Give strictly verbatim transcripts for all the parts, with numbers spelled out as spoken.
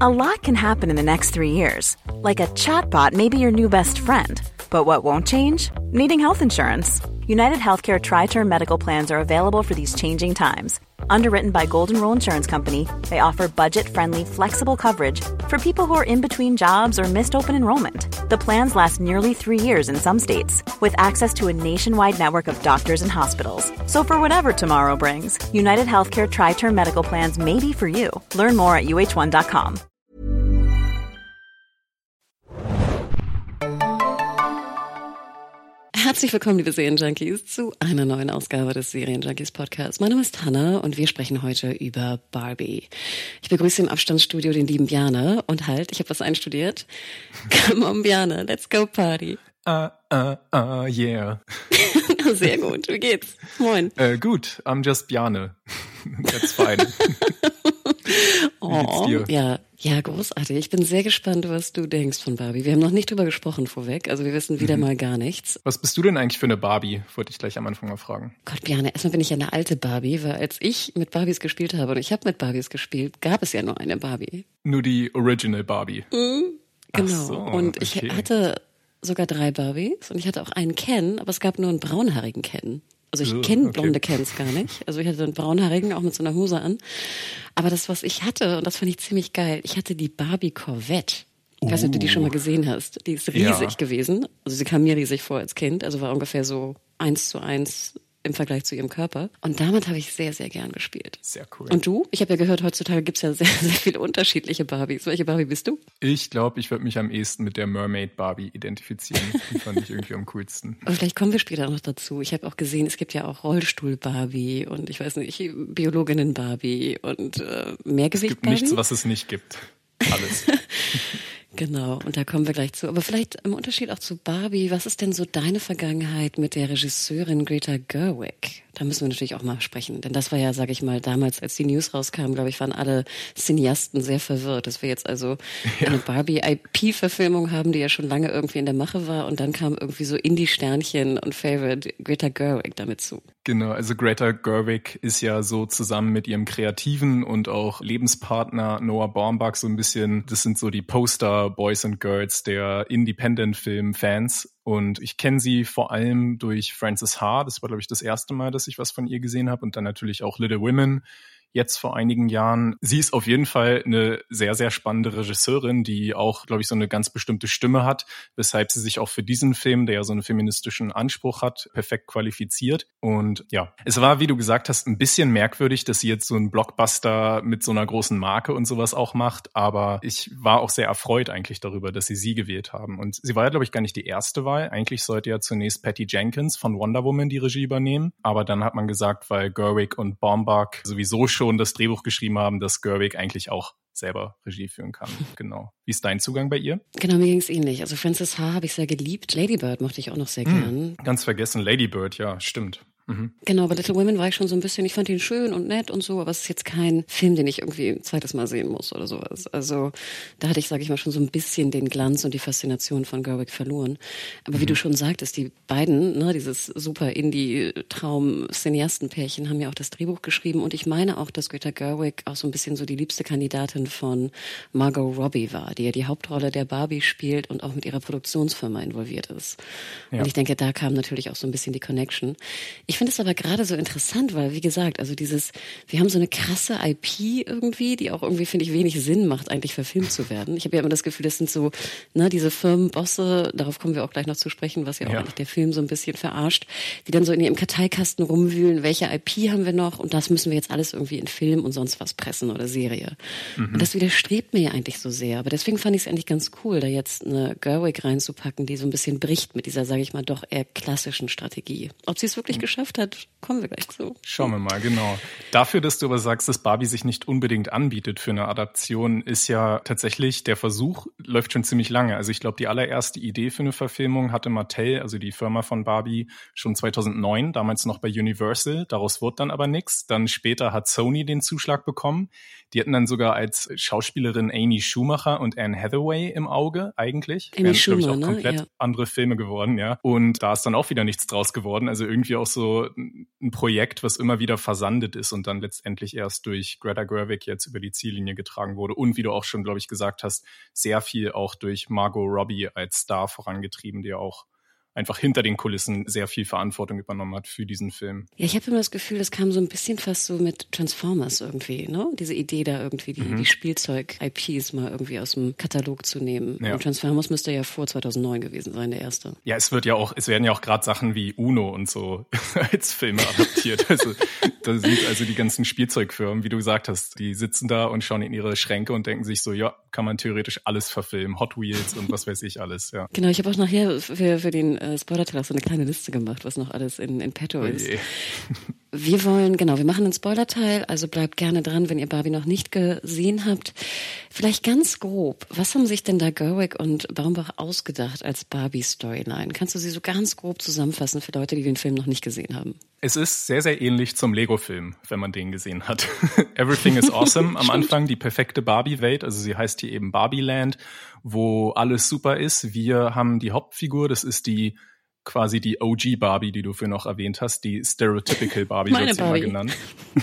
A lot can happen in the next three years. Like a chatbot may be your new best friend. But what won't change? Needing health insurance. United Healthcare Tri-Term Medical Plans are available for these changing times. Underwritten by Golden Rule Insurance Company, they offer budget-friendly, flexible coverage for people who are in between jobs or missed open enrollment. The plans last nearly three years in some states, with access to a nationwide network of doctors and hospitals. So for whatever tomorrow brings, United Healthcare Tri-Term Medical Plans may be for you. Learn more at U H one dot com. Herzlich willkommen, liebe Serienjunkies, zu einer neuen Ausgabe des Serienjunkies Podcasts. Mein Name ist Hannah und wir sprechen heute über Barbie. Ich begrüße im Abstandsstudio den lieben Bjarne und halt, ich habe was einstudiert. Come on, Bjarne, let's go party. Uh, uh, uh, yeah. Sehr gut, wie geht's? Moin. Äh, gut, I'm just Bjarne. That's fine. Wie geht's dir? Ja, ja, großartig. Ich bin sehr gespannt, was du denkst von Barbie. Wir haben noch nicht drüber gesprochen vorweg, also wir wissen wieder mhm. mal gar nichts. Was bist du denn eigentlich für eine Barbie? Wollte ich gleich am Anfang mal fragen. Gott, Bjarne, erstmal bin ich ja eine alte Barbie, weil als ich mit Barbies gespielt habe, und ich habe mit Barbies gespielt, gab es ja nur eine Barbie. Nur die Original Barbie? Mhm, genau. Ach so, und ich okay. hatte sogar drei Barbies und ich hatte auch einen Ken, aber es gab nur einen braunhaarigen Ken. Also ich Oh, kenne okay. blonde Kens gar nicht. Also ich hatte einen braunhaarigen, auch mit so einer Hose an. Aber das, was ich hatte, und das fand ich ziemlich geil, ich hatte die Barbie Corvette. Ich weiß nicht, ob du die schon mal gesehen hast. Die ist riesig Ja. gewesen. Also sie kam mir riesig vor als Kind. Also war ungefähr so eins zu eins im Vergleich zu ihrem Körper. Und damit habe ich sehr, sehr gern gespielt. Sehr cool. Und du? Ich habe ja gehört, heutzutage gibt's ja sehr, sehr viele unterschiedliche Barbies. Welche Barbie bist du? Ich glaube, ich würde mich am ehesten mit der Mermaid Barbie identifizieren. Die fand ich irgendwie am coolsten. Aber vielleicht kommen wir später noch dazu. Ich habe auch gesehen, es gibt ja auch Rollstuhl-Barbie und ich weiß nicht, Biologinnen-Barbie und äh, Mehrgewicht-Barbie. Es gibt nichts, was es nicht gibt. Alles. Genau, und da kommen wir gleich zu. Aber vielleicht im Unterschied auch zu Barbie, was ist denn so deine Vergangenheit mit der Regisseurin Greta Gerwig? Da müssen wir natürlich auch mal sprechen, denn das war ja, sage ich mal, damals, als die News rauskamen, glaube ich, waren alle Cineasten sehr verwirrt, dass wir jetzt also Ja. eine Barbie-I P-Verfilmung haben, die ja schon lange irgendwie in der Mache war und dann kam irgendwie so Indie-Sternchen und Favorite Greta Gerwig damit zu. Genau, also Greta Gerwig ist ja so zusammen mit ihrem kreativen und auch Lebenspartner Noah Baumbach so ein bisschen, das sind so die Poster-Boys and Girls der Independent-Film-Fans. Und ich kenne sie vor allem durch Frances Ha. Das war, glaube ich, das erste Mal, dass ich was von ihr gesehen habe. Und dann natürlich auch Little Women. Jetzt vor einigen Jahren. Sie ist auf jeden Fall eine sehr, sehr spannende Regisseurin, die auch, glaube ich, so eine ganz bestimmte Stimme hat, weshalb sie sich auch für diesen Film, der ja so einen feministischen Anspruch hat, perfekt qualifiziert. Und ja, es war, wie du gesagt hast, ein bisschen merkwürdig, dass sie jetzt so einen Blockbuster mit so einer großen Marke und sowas auch macht. Aber ich war auch sehr erfreut eigentlich darüber, dass sie sie gewählt haben. Und sie war ja, glaube ich, gar nicht die erste Wahl. Eigentlich sollte ja zunächst Patty Jenkins von Wonder Woman die Regie übernehmen. Aber dann hat man gesagt, weil Gerwig und Baumbach sowieso schon das Drehbuch geschrieben haben, dass Gerwig eigentlich auch selber Regie führen kann. Genau. Wie ist dein Zugang bei ihr? Genau, mir ging's ähnlich. Also Frances Ha habe ich sehr geliebt. Lady Bird mochte ich auch noch sehr gern. Ganz vergessen, Lady Bird, ja, stimmt. Mhm. Genau, bei Little Women war ich schon so ein bisschen, ich fand ihn schön und nett und so, aber es ist jetzt kein Film, den ich irgendwie ein zweites Mal sehen muss oder sowas. Also da hatte ich, sage ich mal, schon so ein bisschen den Glanz und die Faszination von Gerwig verloren. Aber mhm. wie du schon sagtest, die beiden, ne, dieses super Indie-Traum-Cineasten-Pärchen haben ja auch das Drehbuch geschrieben und ich meine auch, dass Greta Gerwig auch so ein bisschen so die liebste Kandidatin von Margot Robbie war, die ja die Hauptrolle der Barbie spielt und auch mit ihrer Produktionsfirma involviert ist. Ja. Und ich denke, da kam natürlich auch so ein bisschen die Connection. Ich finde es aber gerade so interessant, weil, wie gesagt, also dieses, wir haben so eine krasse I P irgendwie, die auch irgendwie, finde ich, wenig Sinn macht, eigentlich verfilmt zu werden. Ich habe ja immer das Gefühl, das sind so, ne, diese Firmenbosse, darauf kommen wir auch gleich noch zu sprechen, was ja auch ja. eigentlich der Film so ein bisschen verarscht, die dann so in ihrem Karteikasten rumwühlen, welche I P haben wir noch und das müssen wir jetzt alles irgendwie in Film und sonst was pressen oder Serie. Mhm. Und das widerstrebt mir ja eigentlich so sehr. Aber deswegen fand ich es eigentlich ganz cool, da jetzt eine Gerwig reinzupacken, die so ein bisschen bricht mit dieser, sage ich mal, doch eher klassischen Strategie. Ob sie es wirklich geschafft hat, kommen wir gleich zu. Schauen wir mal, genau. Dafür, dass du aber sagst, dass Barbie sich nicht unbedingt anbietet für eine Adaption, ist ja tatsächlich, der Versuch läuft schon ziemlich lange. Also ich glaube, die allererste Idee für eine Verfilmung hatte Mattel, also die Firma von Barbie, schon zweitausendneun, damals noch bei Universal. Daraus wurde dann aber nichts. Dann später hat Sony den Zuschlag bekommen. Die hatten dann sogar als Schauspielerin Amy Schumacher und Anne Hathaway im Auge eigentlich. Amy Schumacher, glaube ich, auch komplett ne? Ja. andere Filme geworden, ja. Und da ist dann auch wieder nichts draus geworden. Also irgendwie auch so so ein Projekt, was immer wieder versandet ist und dann letztendlich erst durch Greta Gerwig jetzt über die Ziellinie getragen wurde. Und wie du auch schon, glaube ich, gesagt hast, sehr viel auch durch Margot Robbie als Star vorangetrieben, die ja auch einfach hinter den Kulissen sehr viel Verantwortung übernommen hat für diesen Film. Ja, ich habe immer das Gefühl, das kam so ein bisschen fast so mit Transformers irgendwie, ne? Diese Idee da irgendwie, die, mhm. die Spielzeug-I Ps mal irgendwie aus dem Katalog zu nehmen. Ja. Und Transformers müsste ja vor zweitausendneun gewesen sein, der erste. Ja, es wird ja auch, es werden ja auch gerade Sachen wie Uno und so als Filme adaptiert. Also da sind also die ganzen Spielzeugfirmen, wie du gesagt hast, die sitzen da und schauen in ihre Schränke und denken sich so, ja, kann man theoretisch alles verfilmen, Hot Wheels und was weiß ich alles, ja. Genau, ich habe auch nachher für, für den äh, Spoiler-Teil so eine kleine Liste gemacht, was noch alles in, in petto oh ist. Wir wollen, genau, wir machen einen Spoiler-Teil, also bleibt gerne dran, wenn ihr Barbie noch nicht gesehen habt. Vielleicht ganz grob, was haben sich denn da Gerwig und Baumbach ausgedacht als Barbie-Storyline? Kannst du sie so ganz grob zusammenfassen für Leute, die den Film noch nicht gesehen haben? Es ist sehr, sehr ähnlich zum Lego-Film, wenn man den gesehen hat. Everything is awesome am Anfang, die perfekte Barbie-Welt, also sie heißt hier eben Barbie-Land, wo alles super ist. Wir haben die Hauptfigur, das ist die quasi die O G Barbie, die du für noch erwähnt hast, die Stereotypical Barbie wird sie immer genannt.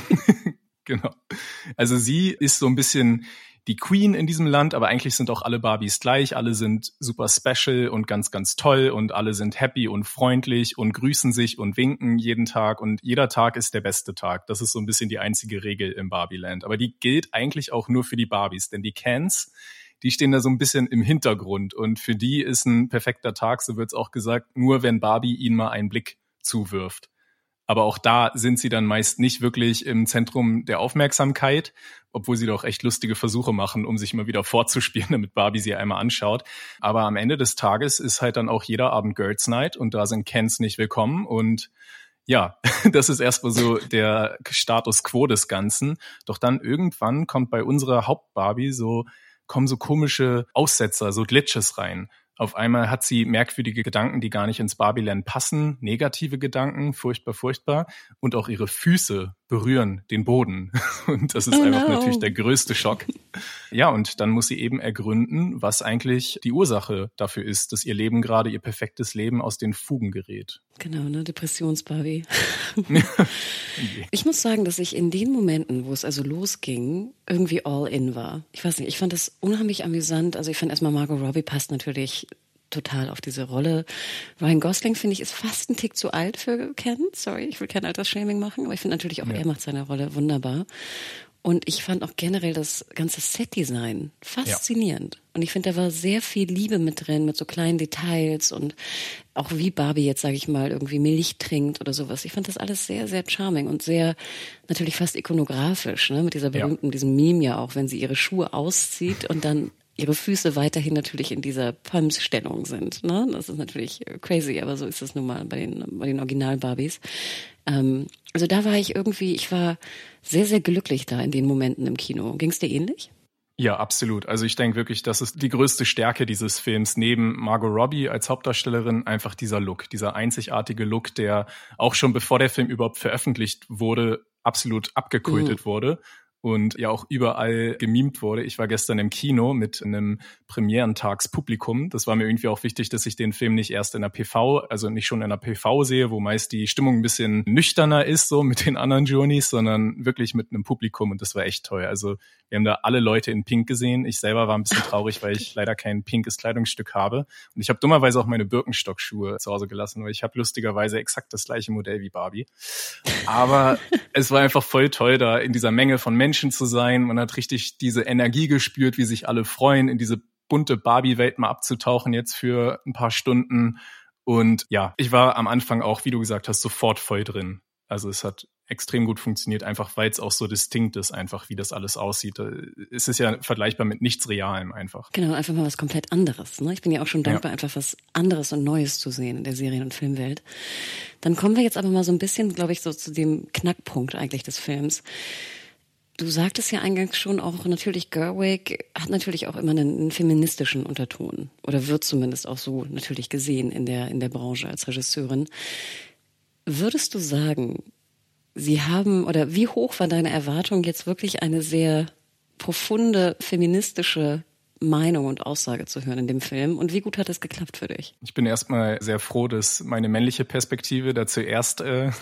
Genau. Also sie ist so ein bisschen die Queen in diesem Land, aber eigentlich sind auch alle Barbies gleich. Alle sind super special und ganz, ganz toll und alle sind happy und freundlich und grüßen sich und winken jeden Tag und jeder Tag ist der beste Tag. Das ist so ein bisschen die einzige Regel im Barbie-Land. Aber die gilt eigentlich auch nur für die Barbies, denn die Kens, die stehen da so ein bisschen im Hintergrund und für die ist ein perfekter Tag, so wird's auch gesagt, nur wenn Barbie ihnen mal einen Blick zuwirft. Aber auch da sind sie dann meist nicht wirklich im Zentrum der Aufmerksamkeit, obwohl sie doch echt lustige Versuche machen, um sich mal wieder vorzuspielen, damit Barbie sie einmal anschaut. Aber am Ende des Tages ist halt dann auch jeder Abend Girls Night und da sind Kens nicht willkommen und ja, das ist erstmal so der Status quo des Ganzen. Doch dann irgendwann kommt bei unserer Hauptbarbie so kommen so komische Aussetzer, so Glitches rein. Auf einmal hat sie merkwürdige Gedanken, die gar nicht ins Barbie-Land passen, negative Gedanken, furchtbar, furchtbar. Und auch ihre Füße berühren den Boden. Und das ist oh einfach no. natürlich der größte Schock. Ja, und dann muss sie eben ergründen, was eigentlich die Ursache dafür ist, dass ihr Leben gerade, ihr perfektes Leben aus den Fugen gerät. Genau, ne, Depressions-Barbie. Ich muss sagen, dass ich in den Momenten, wo es also losging, irgendwie all in war. Ich weiß nicht, ich fand das unheimlich amüsant. Also ich fand erstmal Margot Robbie passt natürlich total auf diese Rolle. Ryan Gosling, finde ich, ist fast ein Tick zu alt für Ken. Sorry, ich will kein Altersshaming machen, aber ich finde natürlich auch, ja. er macht seine Rolle wunderbar. Und ich fand auch generell das ganze Setdesign faszinierend. Ja. Und ich finde, da war sehr viel Liebe mit drin, mit so kleinen Details und auch wie Barbie jetzt, sage ich mal, irgendwie Milch trinkt oder sowas. Ich fand das alles sehr, sehr charming und sehr, natürlich fast ikonografisch, ne? Mit dieser berühmten, ja. diesem Meme ja auch, wenn sie ihre Schuhe auszieht und dann ihre Füße weiterhin natürlich in dieser Palmsstellung sind. Ne? Das ist natürlich crazy, aber so ist es nun mal bei den, bei den Original-Barbies. Ähm, also da war ich irgendwie, ich war sehr, sehr glücklich da in den Momenten im Kino. Ging es dir ähnlich? Ja, absolut. Also ich denke wirklich, das ist die größte Stärke dieses Films. Neben Margot Robbie als Hauptdarstellerin einfach dieser Look, dieser einzigartige Look, der auch schon bevor der Film überhaupt veröffentlicht wurde, absolut abgekultet mhm. wurde. Und ja auch überall gemimt wurde. Ich war gestern im Kino mit einem Premierentagspublikum. Das war mir irgendwie auch wichtig, dass ich den Film nicht erst in der P V, also nicht schon in der P V sehe, wo meist die Stimmung ein bisschen nüchterner ist, so mit den anderen Journeys, sondern wirklich mit einem Publikum. Und das war echt toll. Also wir haben da alle Leute in Pink gesehen. Ich selber war ein bisschen traurig, weil ich leider kein pinkes Kleidungsstück habe. Und ich habe dummerweise auch meine Birkenstock-Schuhe zu Hause gelassen, weil ich habe lustigerweise exakt das gleiche Modell wie Barbie. Aber es war einfach voll toll, da in dieser Menge von Menschen Menschen zu sein. Man hat richtig diese Energie gespürt, wie sich alle freuen, in diese bunte Barbie-Welt mal abzutauchen jetzt für ein paar Stunden. Und ja, ich war am Anfang auch, wie du gesagt hast, sofort voll drin. Also es hat extrem gut funktioniert, einfach weil es auch so distinkt ist, einfach wie das alles aussieht. Es ist ja vergleichbar mit nichts Realem einfach. Genau, einfach mal was komplett anderes. Ne? Ich bin ja auch schon dankbar, ja. einfach was anderes und Neues zu sehen in der Serien- und Filmwelt. Dann kommen wir jetzt aber mal so ein bisschen, glaube ich, so zu dem Knackpunkt eigentlich des Films. Du sagtest ja eingangs schon auch, natürlich Gerwig hat natürlich auch immer einen, einen feministischen Unterton oder wird zumindest auch so natürlich gesehen in der, in der Branche als Regisseurin. Würdest du sagen, Sie haben, oder wie hoch war deine Erwartung, jetzt wirklich eine sehr profunde feministische Meinung und Aussage zu hören in dem Film. Und wie gut hat es geklappt für dich? Ich bin erstmal sehr froh, dass meine männliche Perspektive da zuerst äh,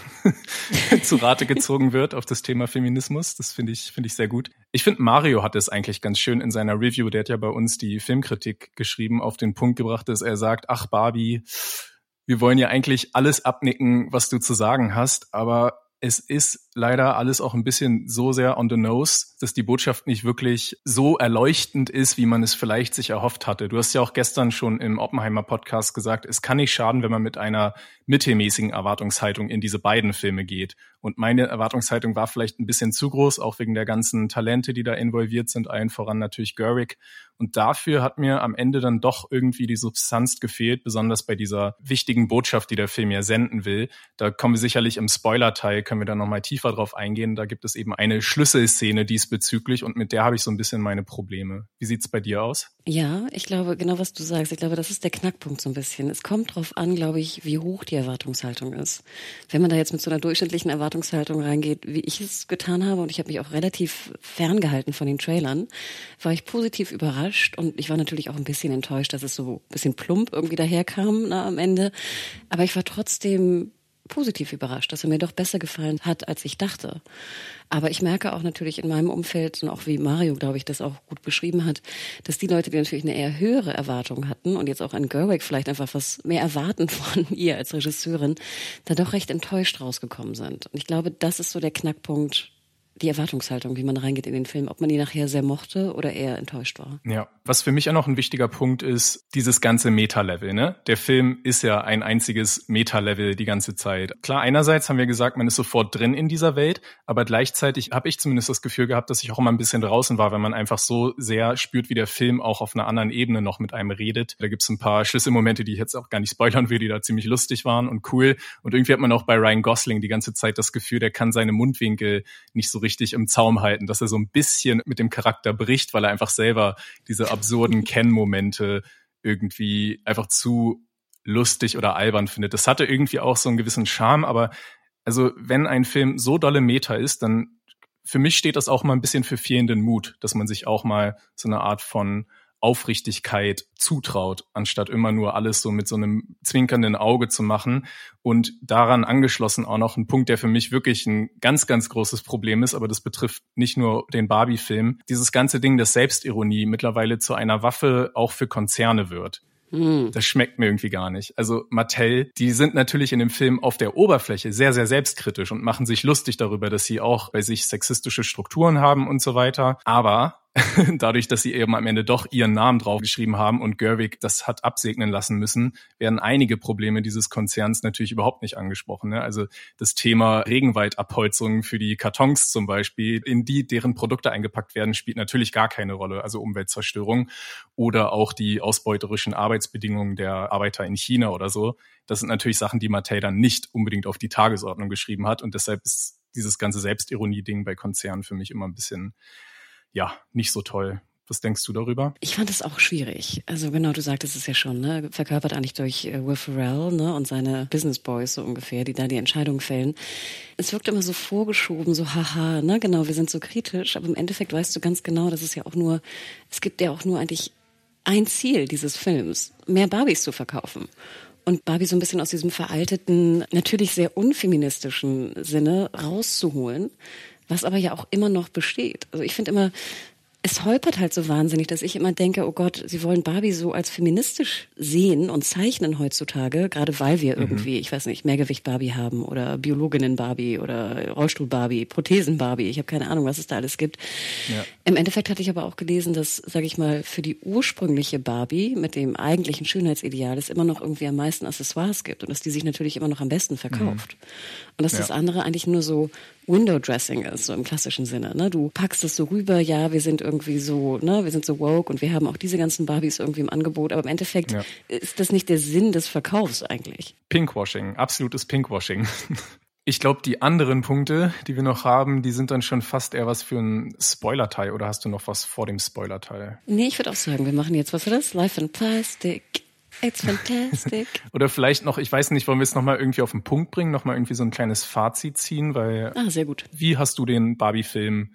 zu Rate gezogen wird auf das Thema Feminismus. Das finde ich, finde ich sehr gut. Ich finde, Mario hat es eigentlich ganz schön in seiner Review, der hat ja bei uns die Filmkritik geschrieben, auf den Punkt gebracht, dass er sagt, ach Barbie, wir wollen ja eigentlich alles abnicken, was du zu sagen hast, aber es ist leider alles auch ein bisschen so sehr on the nose, dass die Botschaft nicht wirklich so erleuchtend ist, wie man es vielleicht sich erhofft hatte. Du hast ja auch gestern schon im Oppenheimer-Podcast gesagt, es kann nicht schaden, wenn man mit einer mittelmäßigen Erwartungshaltung in diese beiden Filme geht. Und meine Erwartungshaltung war vielleicht ein bisschen zu groß, auch wegen der ganzen Talente, die da involviert sind, allen voran natürlich Gerwig. Und dafür hat mir am Ende dann doch irgendwie die Substanz gefehlt, besonders bei dieser wichtigen Botschaft, die der Film ja senden will. Da kommen wir sicherlich im Spoiler-Teil, können wir da nochmal tiefer drauf eingehen. Da gibt es eben eine Schlüsselszene diesbezüglich und mit der habe ich so ein bisschen meine Probleme. Wie sieht's bei dir aus? Ja, ich glaube, genau was du sagst. Ich glaube, das ist der Knackpunkt so ein bisschen. Es kommt drauf an, glaube ich, wie hoch die Erwartungshaltung ist. Wenn man da jetzt mit so einer durchschnittlichen Erwartungshaltung reingeht, wie ich es getan habe, und ich habe mich auch relativ ferngehalten von den Trailern, war ich positiv überrascht und ich war natürlich auch ein bisschen enttäuscht, dass es so ein bisschen plump irgendwie daherkam, na, am Ende. Aber ich war trotzdem positiv überrascht, dass er mir doch besser gefallen hat, als ich dachte. Aber ich merke auch natürlich in meinem Umfeld, und auch wie Mario, glaube ich, das auch gut beschrieben hat, dass die Leute, die natürlich eine eher höhere Erwartung hatten und jetzt auch an Gerwig vielleicht einfach was mehr erwarten von ihr als Regisseurin, da doch recht enttäuscht rausgekommen sind. Und ich glaube, das ist so der Knackpunkt, die Erwartungshaltung, wie man reingeht in den Film, ob man ihn nachher sehr mochte oder eher enttäuscht war. Ja, was für mich auch noch ein wichtiger Punkt ist, dieses ganze Meta-Level, ne? Der Film ist ja ein einziges Meta-Level die ganze Zeit. Klar, einerseits haben wir gesagt, man ist sofort drin in dieser Welt, aber gleichzeitig habe ich zumindest das Gefühl gehabt, dass ich auch immer ein bisschen draußen war, wenn man einfach so sehr spürt, wie der Film auch auf einer anderen Ebene noch mit einem redet. Da gibt's ein paar Schlüsselmomente, die ich jetzt auch gar nicht spoilern will, die da ziemlich lustig waren und cool. Und irgendwie hat man auch bei Ryan Gosling die ganze Zeit das Gefühl, der kann seine Mundwinkel nicht so richtig richtig im Zaum halten, dass er so ein bisschen mit dem Charakter bricht, weil er einfach selber diese absurden Ken-Momente irgendwie einfach zu lustig oder albern findet. Das hatte irgendwie auch so einen gewissen Charme, aber also wenn ein Film so dolle Meta ist, dann für mich steht das auch mal ein bisschen für fehlenden Mut, dass man sich auch mal so eine Art von Aufrichtigkeit zutraut, anstatt immer nur alles so mit so einem zwinkernden Auge zu machen. Und daran angeschlossen auch noch ein Punkt, der für mich wirklich ein ganz, ganz großes Problem ist, aber das betrifft nicht nur den Barbie-Film. Dieses ganze Ding, dass Selbstironie mittlerweile zu einer Waffe auch für Konzerne wird. Das schmeckt mir irgendwie gar nicht. Also Mattel, die sind natürlich in dem Film auf der Oberfläche sehr, sehr selbstkritisch und machen sich lustig darüber, dass sie auch bei sich sexistische Strukturen haben und so weiter. Aber dadurch, dass sie eben am Ende doch ihren Namen draufgeschrieben haben und Gerwig das hat absegnen lassen müssen, werden einige Probleme dieses Konzerns natürlich überhaupt nicht angesprochen. Ne? Also das Thema Regenwaldabholzung für die Kartons zum Beispiel, in die deren Produkte eingepackt werden, spielt natürlich gar keine Rolle. Also Umweltzerstörung oder auch die ausbeuterischen Arbeitsbedingungen der Arbeiter in China oder so. Das sind natürlich Sachen, die Mattel dann nicht unbedingt auf die Tagesordnung geschrieben hat. Und deshalb ist dieses ganze Selbstironie-Ding bei Konzernen für mich immer ein bisschen ja, nicht so toll. Was denkst du darüber? Ich fand es auch schwierig. Also genau, du sagtest es ja schon, ne? Verkörpert eigentlich durch äh, Will Ferrell, ne? Und seine Business Boys so ungefähr, die da die Entscheidungen fällen. Es wirkt immer so vorgeschoben, so haha, ne? Genau, wir sind so kritisch, aber im Endeffekt weißt du ganz genau, dass es ja auch nur, es gibt ja auch nur eigentlich ein Ziel dieses Films, mehr Barbies zu verkaufen. Und Barbie so ein bisschen aus diesem veralteten, natürlich sehr unfeministischen Sinne rauszuholen, was aber ja auch immer noch besteht. Also ich finde immer, es holpert halt so wahnsinnig, dass ich immer denke, oh Gott, sie wollen Barbie so als feministisch sehen und zeichnen heutzutage, gerade weil wir irgendwie, mhm. ich weiß nicht, Mehrgewicht-Barbie haben oder Biologinnen-Barbie oder Rollstuhl-Barbie, Prothesen-Barbie, ich habe keine Ahnung, was es da alles gibt. Ja. Im Endeffekt hatte ich aber auch gelesen, dass, sage ich mal, für die ursprüngliche Barbie mit dem eigentlichen Schönheitsideal es immer noch irgendwie am meisten Accessoires gibt und dass die sich natürlich immer noch am besten verkauft. Mhm. Und dass ja. das andere eigentlich nur so Window-Dressing ist, so im klassischen Sinne. Ne? Du packst es so rüber, ja, wir sind irgendwie so, ne, wir sind so woke und wir haben auch diese ganzen Barbies irgendwie im Angebot, aber im Endeffekt ja. ist das nicht der Sinn des Verkaufs eigentlich. Pinkwashing, absolutes Pinkwashing. Ich glaube, die anderen Punkte, die wir noch haben, die sind dann schon fast eher was für einen Spoiler-Teil, oder hast du noch was vor dem Spoiler-Teil? Nee, ich würde auch sagen, wir machen jetzt was für das Life in Plastic. It's fantastic. Oder vielleicht noch, ich weiß nicht, wollen wir es nochmal irgendwie auf den Punkt bringen, nochmal irgendwie so ein kleines Fazit ziehen, weil... Ah, sehr gut. Wie hast du den Barbie-Film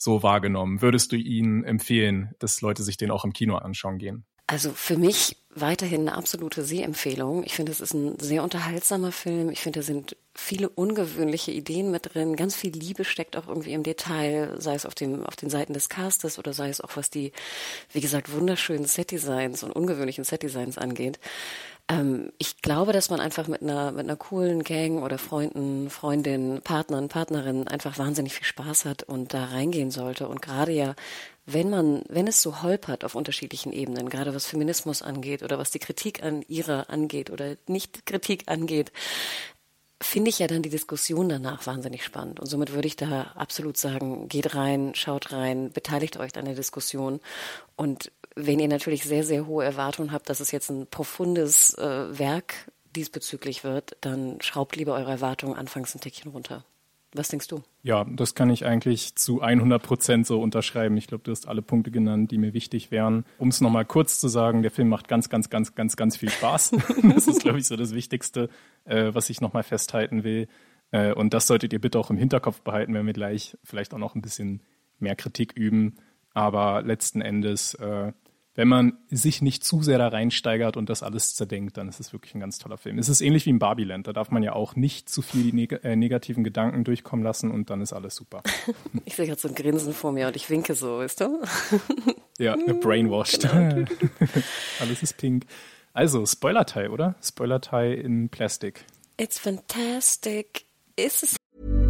so wahrgenommen? Würdest du ihn empfehlen, dass Leute sich den auch im Kino anschauen gehen? Also für mich weiterhin eine absolute Sehempfehlung. Ich finde, es ist ein sehr unterhaltsamer Film. Ich finde, da sind viele ungewöhnliche Ideen mit drin. Ganz viel Liebe steckt auch irgendwie im Detail, sei es auf dem, auf den Seiten des Castes oder sei es auch, was die, wie gesagt, wunderschönen Setdesigns und ungewöhnlichen Setdesigns angeht. Ähm, ich glaube, dass man einfach mit einer, mit einer coolen Gang oder Freunden, Freundinnen, Partnern, Partnerinnen einfach wahnsinnig viel Spaß hat und da reingehen sollte. Und gerade ja, wenn man, wenn es so holpert auf unterschiedlichen Ebenen, gerade was Feminismus angeht oder was die Kritik an ihrer angeht oder Nicht-Kritik angeht, finde ich ja dann die Diskussion danach wahnsinnig spannend. Und somit würde ich da absolut sagen, geht rein, schaut rein, beteiligt euch an der Diskussion. Und wenn ihr natürlich sehr, sehr hohe Erwartungen habt, dass es jetzt ein profundes äh, Werk diesbezüglich wird, dann schraubt lieber eure Erwartungen anfangs ein Tickchen runter. Was denkst du? Ja, das kann ich eigentlich zu hundert Prozent so unterschreiben. Ich glaube, du hast alle Punkte genannt, die mir wichtig wären. Um es nochmal kurz zu sagen, der Film macht ganz, ganz, ganz, ganz, ganz viel Spaß. Das ist, glaube ich, so das Wichtigste, äh, was ich nochmal festhalten will. Äh, und das solltet ihr bitte auch im Hinterkopf behalten, wenn wir gleich vielleicht auch noch ein bisschen mehr Kritik üben. Aber letzten Endes, äh, wenn man sich nicht zu sehr da reinsteigert und das alles zerdenkt, dann ist es wirklich ein ganz toller Film. Es ist ähnlich wie im Barbieland, da darf man ja auch nicht zu viel die neg- äh, negativen Gedanken durchkommen lassen und dann ist alles super. Ich sehe gerade so ein Grinsen vor mir und ich winke so, weißt du? Ja, brainwashed. Genau. Alles ist pink. Also, Spoiler-Teil, oder? Spoiler-Teil in Plastic. It's fantastic. Ist es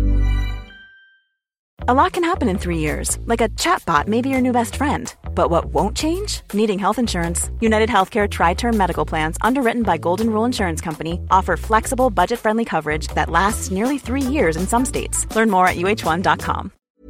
A lot can happen in three years, like a chatbot may be your new best friend. But what won't change? Needing health insurance. United Healthcare Tri-Term Medical Plans, underwritten by Golden Rule Insurance Company, offer flexible, budget-friendly coverage that lasts nearly three years in some states. Learn more at U H one dot com.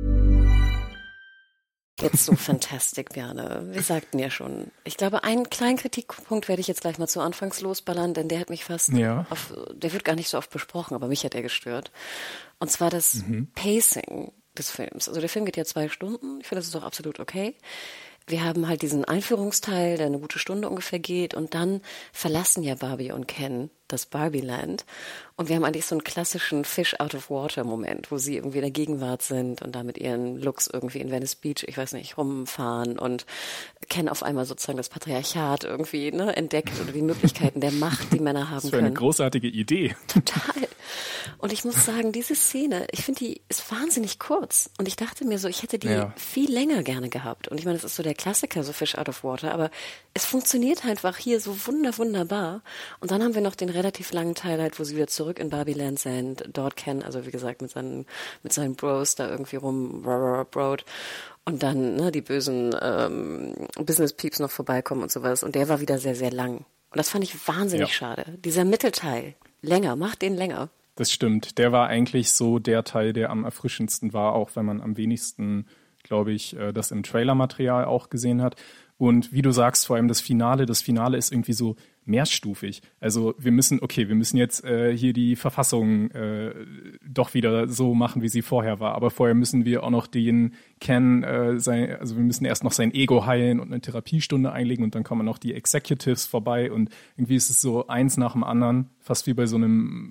jetzt so fantastic, Bjarne? Wir sagten ja schon. Ich glaube, einen kleinen Kritikpunkt werde ich jetzt gleich mal zu Anfangs losballern, denn der hat mich fast, ja. auf, der wird gar nicht so oft besprochen, aber mich hat er gestört. Und zwar das mhm. Pacing des Films. Also der Film geht ja zwei Stunden. Ich finde, das ist auch absolut okay. Wir haben halt diesen Einführungsteil, der eine gute Stunde ungefähr geht, und dann verlassen ja Barbie und Ken das Barbieland. Und wir haben eigentlich so einen klassischen Fish-out-of-water-Moment, wo sie irgendwie in der Gegenwart sind und da mit ihren Looks irgendwie in Venice Beach, ich weiß nicht, rumfahren und Ken auf einmal sozusagen das Patriarchat irgendwie ne, entdeckt oder die Möglichkeiten der Macht, die Männer haben können. Das ist für eine großartige Idee. Total. Und ich muss sagen, diese Szene, ich finde, die ist wahnsinnig kurz. Und ich dachte mir so, ich hätte die ja. viel länger gerne gehabt. Und ich meine, das ist so der Klassiker, so Fish out of Water, aber es funktioniert einfach hier so wunder, wunderbar. Und dann haben wir noch den relativ langen Teil halt, wo sie wieder zurück in Barbieland sind, dort Ken, also wie gesagt, mit seinen, mit seinen Bros da irgendwie rum, Brot. Und dann ne, die bösen ähm, Business Peeps noch vorbeikommen und sowas. Und der war wieder sehr, sehr lang. Und das fand ich wahnsinnig ja. schade. Dieser Mittelteil, länger, macht den länger. Das stimmt. Der war eigentlich so der Teil, der am erfrischendsten war, auch wenn man am wenigsten, glaube ich, das im Trailermaterial auch gesehen hat. Und wie du sagst, vor allem das Finale, das Finale ist irgendwie so mehrstufig. Also wir müssen, okay, wir müssen jetzt äh, hier die Verfassung äh, doch wieder so machen, wie sie vorher war. Aber vorher müssen wir auch noch den Ken, äh, sein, also wir müssen erst noch sein Ego heilen und eine Therapiestunde einlegen und dann kommen noch die Executives vorbei und irgendwie ist es so eins nach dem anderen, fast wie bei so einem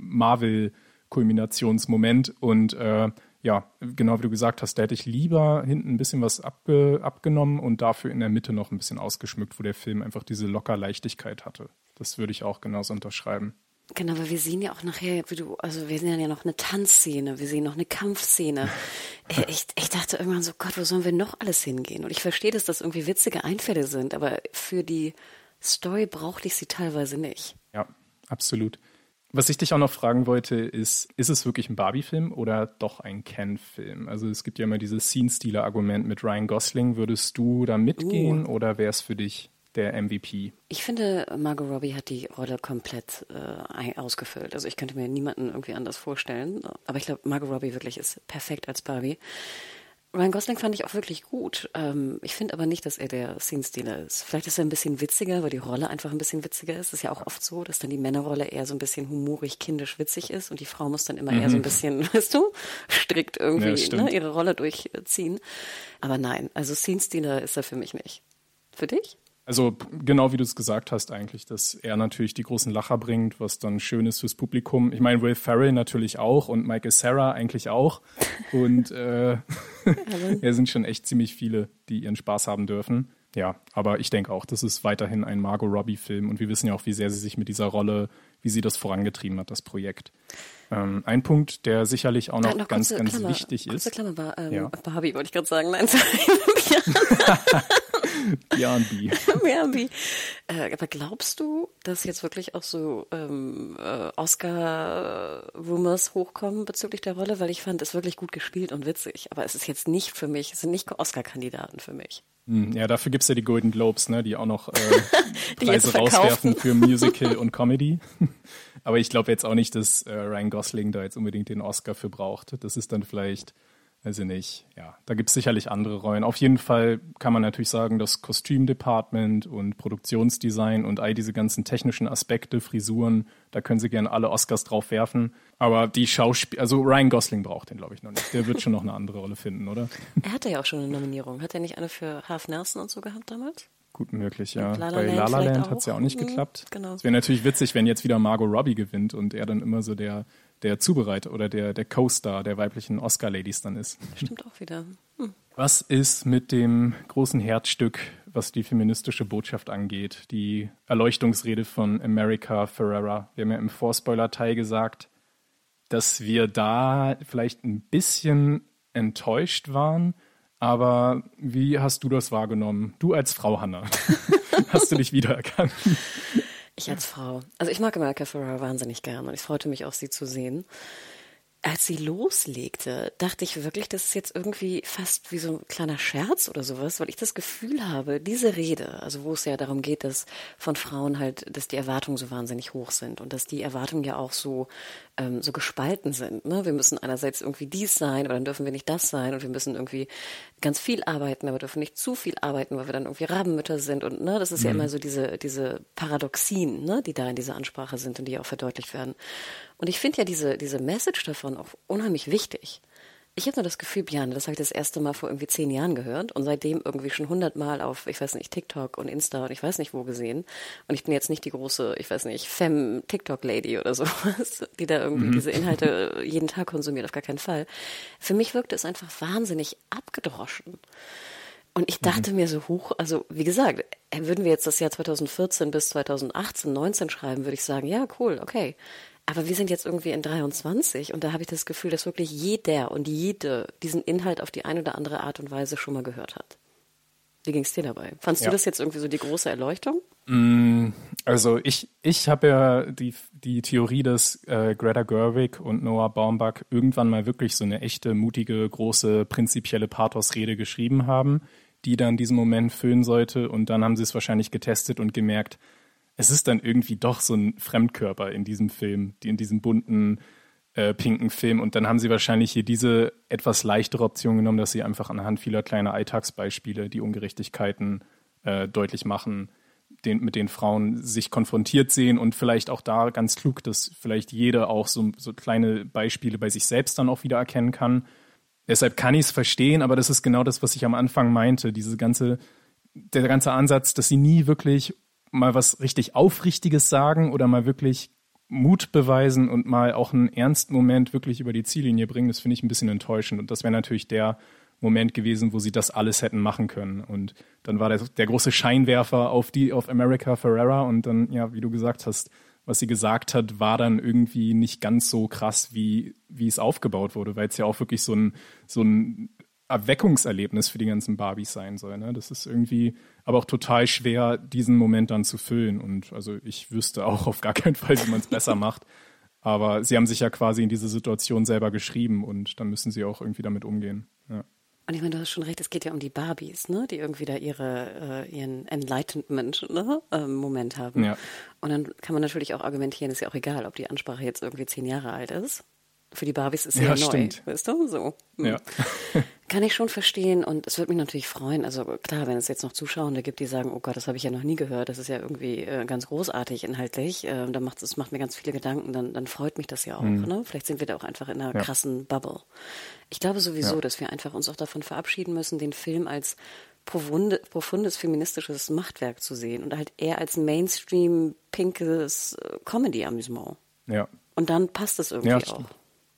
Marvel-Kulminationsmoment und äh, ja, genau wie du gesagt hast, da hätte ich lieber hinten ein bisschen was abge, abgenommen und dafür in der Mitte noch ein bisschen ausgeschmückt, wo der Film einfach diese locker Leichtigkeit hatte. Das würde ich auch genauso unterschreiben. Genau, aber wir sehen ja auch nachher, wie du, also wir sehen ja noch eine Tanzszene, wir sehen noch eine Kampfszene. Ich, ich dachte irgendwann so, Gott, wo sollen wir noch alles hingehen? Und ich verstehe, dass das irgendwie witzige Einfälle sind, aber für die Story brauchte ich sie teilweise nicht. Ja, absolut. Was ich dich auch noch fragen wollte, ist, ist es wirklich ein Barbie-Film oder doch ein Ken-Film? Also es gibt ja immer dieses Scene-Stealer-Argument mit Ryan Gosling. Würdest du da mitgehen uh. oder wäre es für dich der M V P? Ich finde, Margot Robbie hat die Rolle komplett äh, ausgefüllt. Also ich könnte mir niemanden irgendwie anders vorstellen. Aber ich glaube, Margot Robbie wirklich ist perfekt als Barbie. Ryan Gosling fand ich auch wirklich gut. Ähm, ich finde aber nicht, dass er der Scene-Stealer ist. Vielleicht ist er ein bisschen witziger, weil die Rolle einfach ein bisschen witziger ist. Es ist ja auch oft so, dass dann die Männerrolle eher so ein bisschen humorig, kindisch, witzig ist und die Frau muss dann immer mhm. eher so ein bisschen, weißt du, strikt irgendwie ja, ne, ihre Rolle durchziehen. Aber nein, also Scene-Stealer ist er für mich nicht. Für dich? Also genau wie du es gesagt hast eigentlich, dass er natürlich die großen Lacher bringt, was dann schön ist fürs Publikum. Ich meine, Will Ferrell natürlich auch und Michael Cera eigentlich auch. Und äh, ja, sind schon echt ziemlich viele, die ihren Spaß haben dürfen. Ja, aber ich denke auch, das ist weiterhin ein Margot Robbie-Film und wir wissen ja auch, wie sehr sie sich mit dieser Rolle, wie sie das vorangetrieben hat, das Projekt. Ähm, ein Punkt, der sicherlich auch noch, noch ganz, ganz Klammer, wichtig ist. Kurze Klammer war, ähm, ja. Barbie wollte ich gerade sagen, nein, sorry. Björnby. Björnby. Äh, aber glaubst du, dass jetzt wirklich auch so ähm, äh, Oscar-Rumors hochkommen bezüglich der Rolle? Weil ich fand es wirklich gut gespielt und witzig. Aber es ist jetzt nicht für mich, es sind nicht Oscar-Kandidaten für mich. Ja, dafür gibt's ja die Golden Globes, ne, die auch noch äh, die Preise rauswerfen für Musical und Comedy. Aber ich glaube jetzt auch nicht, dass äh, Ryan Gosling da jetzt unbedingt den Oscar für braucht. Das ist dann vielleicht, weiß ich nicht, ja, da gibt's sicherlich andere Rollen. Auf jeden Fall kann man natürlich sagen, das Kostümdepartment und Produktionsdesign und all diese ganzen technischen Aspekte, Frisuren, da können sie gerne alle Oscars drauf werfen. Aber die Schauspieler, also Ryan Gosling braucht den, glaube ich, noch nicht. Der wird schon noch eine andere Rolle finden, oder? Er hatte ja auch schon eine Nominierung. Hat er nicht eine für Half Nelson und so gehabt damals? Gut möglich, ja. La La Bei La La Land hat es ja auch nicht mhm, geklappt. Genau. Es wäre natürlich witzig, wenn jetzt wieder Margot Robbie gewinnt und er dann immer so der, der Zubereiter oder der, der Co-Star der weiblichen Oscar-Ladies dann ist. Stimmt auch wieder. Hm. Was ist mit dem großen Herzstück, was die feministische Botschaft angeht? Die Erleuchtungsrede von America Ferrera. Wir haben ja im Vorspoiler-Teil gesagt, dass wir da vielleicht ein bisschen enttäuscht waren. Aber wie hast du das wahrgenommen? Du als Frau, Hannah. Hast du dich wiedererkannt? Ich als Frau. Also ich mag America Ferrera wahnsinnig gern und ich freute mich auch, sie zu sehen. Als sie loslegte, dachte ich wirklich, das ist jetzt irgendwie fast wie so ein kleiner Scherz oder sowas, weil ich das Gefühl habe, diese Rede, also wo es ja darum geht, dass von Frauen halt, dass die Erwartungen so wahnsinnig hoch sind und dass die Erwartungen ja auch so ähm, so gespalten sind. Ne? Wir müssen einerseits irgendwie dies sein, aber dann dürfen wir nicht das sein und wir müssen irgendwie ganz viel arbeiten, aber dürfen nicht zu viel arbeiten, weil wir dann irgendwie Rabenmütter sind und ne, das ist mhm. ja immer so diese diese Paradoxien, ne, die da in dieser Ansprache sind und die auch verdeutlicht werden. Und ich finde ja diese, diese Message davon auch unheimlich wichtig. Ich habe nur das Gefühl, Björn, das habe ich das erste Mal vor irgendwie zehn Jahren gehört und seitdem irgendwie schon hundertmal auf, ich weiß nicht, TikTok und Insta und ich weiß nicht wo gesehen. Und ich bin jetzt nicht die große, ich weiß nicht, Femme-TikTok-Lady oder sowas, die da irgendwie mhm. diese Inhalte jeden Tag konsumiert, auf gar keinen Fall. Für mich wirkte es einfach wahnsinnig abgedroschen. Und ich dachte mhm. mir so hoch, also wie gesagt, würden wir jetzt das Jahr zwanzig vierzehn bis zwanzig achtzehn, neunzehn schreiben, würde ich sagen, ja, cool, okay. Aber wir sind jetzt irgendwie in dreiundzwanzig und da habe ich das Gefühl, dass wirklich jeder und jede diesen Inhalt auf die eine oder andere Art und Weise schon mal gehört hat. Wie ging es dir dabei? Fandst ja. du das jetzt irgendwie so die große Erleuchtung? Also ich, ich habe ja die, die Theorie, dass äh, Greta Gerwig und Noah Baumbach irgendwann mal wirklich so eine echte, mutige, große, prinzipielle Pathosrede geschrieben haben, die dann diesen Moment füllen sollte und dann haben sie es wahrscheinlich getestet und gemerkt, es ist dann irgendwie doch so ein Fremdkörper in diesem Film, die in diesem bunten, äh, pinken Film. Und dann haben sie wahrscheinlich hier diese etwas leichtere Option genommen, dass sie einfach anhand vieler kleiner Alltagsbeispiele die Ungerechtigkeiten äh, deutlich machen, den, mit denen Frauen sich konfrontiert sehen und vielleicht auch da ganz klug, dass vielleicht jeder auch so, so kleine Beispiele bei sich selbst dann auch wieder erkennen kann. Deshalb kann ich es verstehen, aber das ist genau das, was ich am Anfang meinte. Diese ganze, der ganze Ansatz, dass sie nie wirklich mal was richtig Aufrichtiges sagen oder mal wirklich Mut beweisen und mal auch einen ernsten Moment wirklich über die Ziellinie bringen, das finde ich ein bisschen enttäuschend. Und das wäre natürlich der Moment gewesen, wo sie das alles hätten machen können. Und dann war der, der große Scheinwerfer auf die, auf America Ferrera und dann, ja, wie du gesagt hast, was sie gesagt hat, war dann irgendwie nicht ganz so krass, wie, wie es aufgebaut wurde, weil es ja auch wirklich so ein, so ein Erweckungserlebnis für die ganzen Barbies sein soll. Ne? Das ist irgendwie aber auch total schwer, diesen Moment dann zu füllen. Und also ich wüsste auch auf gar keinen Fall, wie man es besser macht. Aber sie haben sich ja quasi in diese Situation selber geschrieben und dann müssen sie auch irgendwie damit umgehen. Ja. Und ich meine, du hast schon recht, es geht ja um die Barbies, ne, die irgendwie da ihre, äh, ihren Enlightenment-Moment ne, ähm, haben. Ja. Und dann kann man natürlich auch argumentieren, ist ja auch egal, ob die Ansprache jetzt irgendwie zehn Jahre alt ist. Für die Barbies ist sie ja, ja neu, stimmt. weißt du, so. Hm. Ja. Kann ich schon verstehen und es würde mich natürlich freuen, also klar, wenn es jetzt noch Zuschauende gibt, die sagen, oh Gott, das habe ich ja noch nie gehört, das ist ja irgendwie äh, ganz großartig inhaltlich, äh, da macht es macht mir ganz viele Gedanken, dann, dann freut mich das ja auch, mhm. ne? Vielleicht sind wir da auch einfach in einer ja. krassen Bubble. Ich glaube sowieso, ja. dass wir einfach uns auch davon verabschieden müssen, den Film als profunde, profundes feministisches Machtwerk zu sehen und halt eher als Mainstream pinkes Comedy-Amüsement. Ja. Und dann passt es irgendwie ja, auch.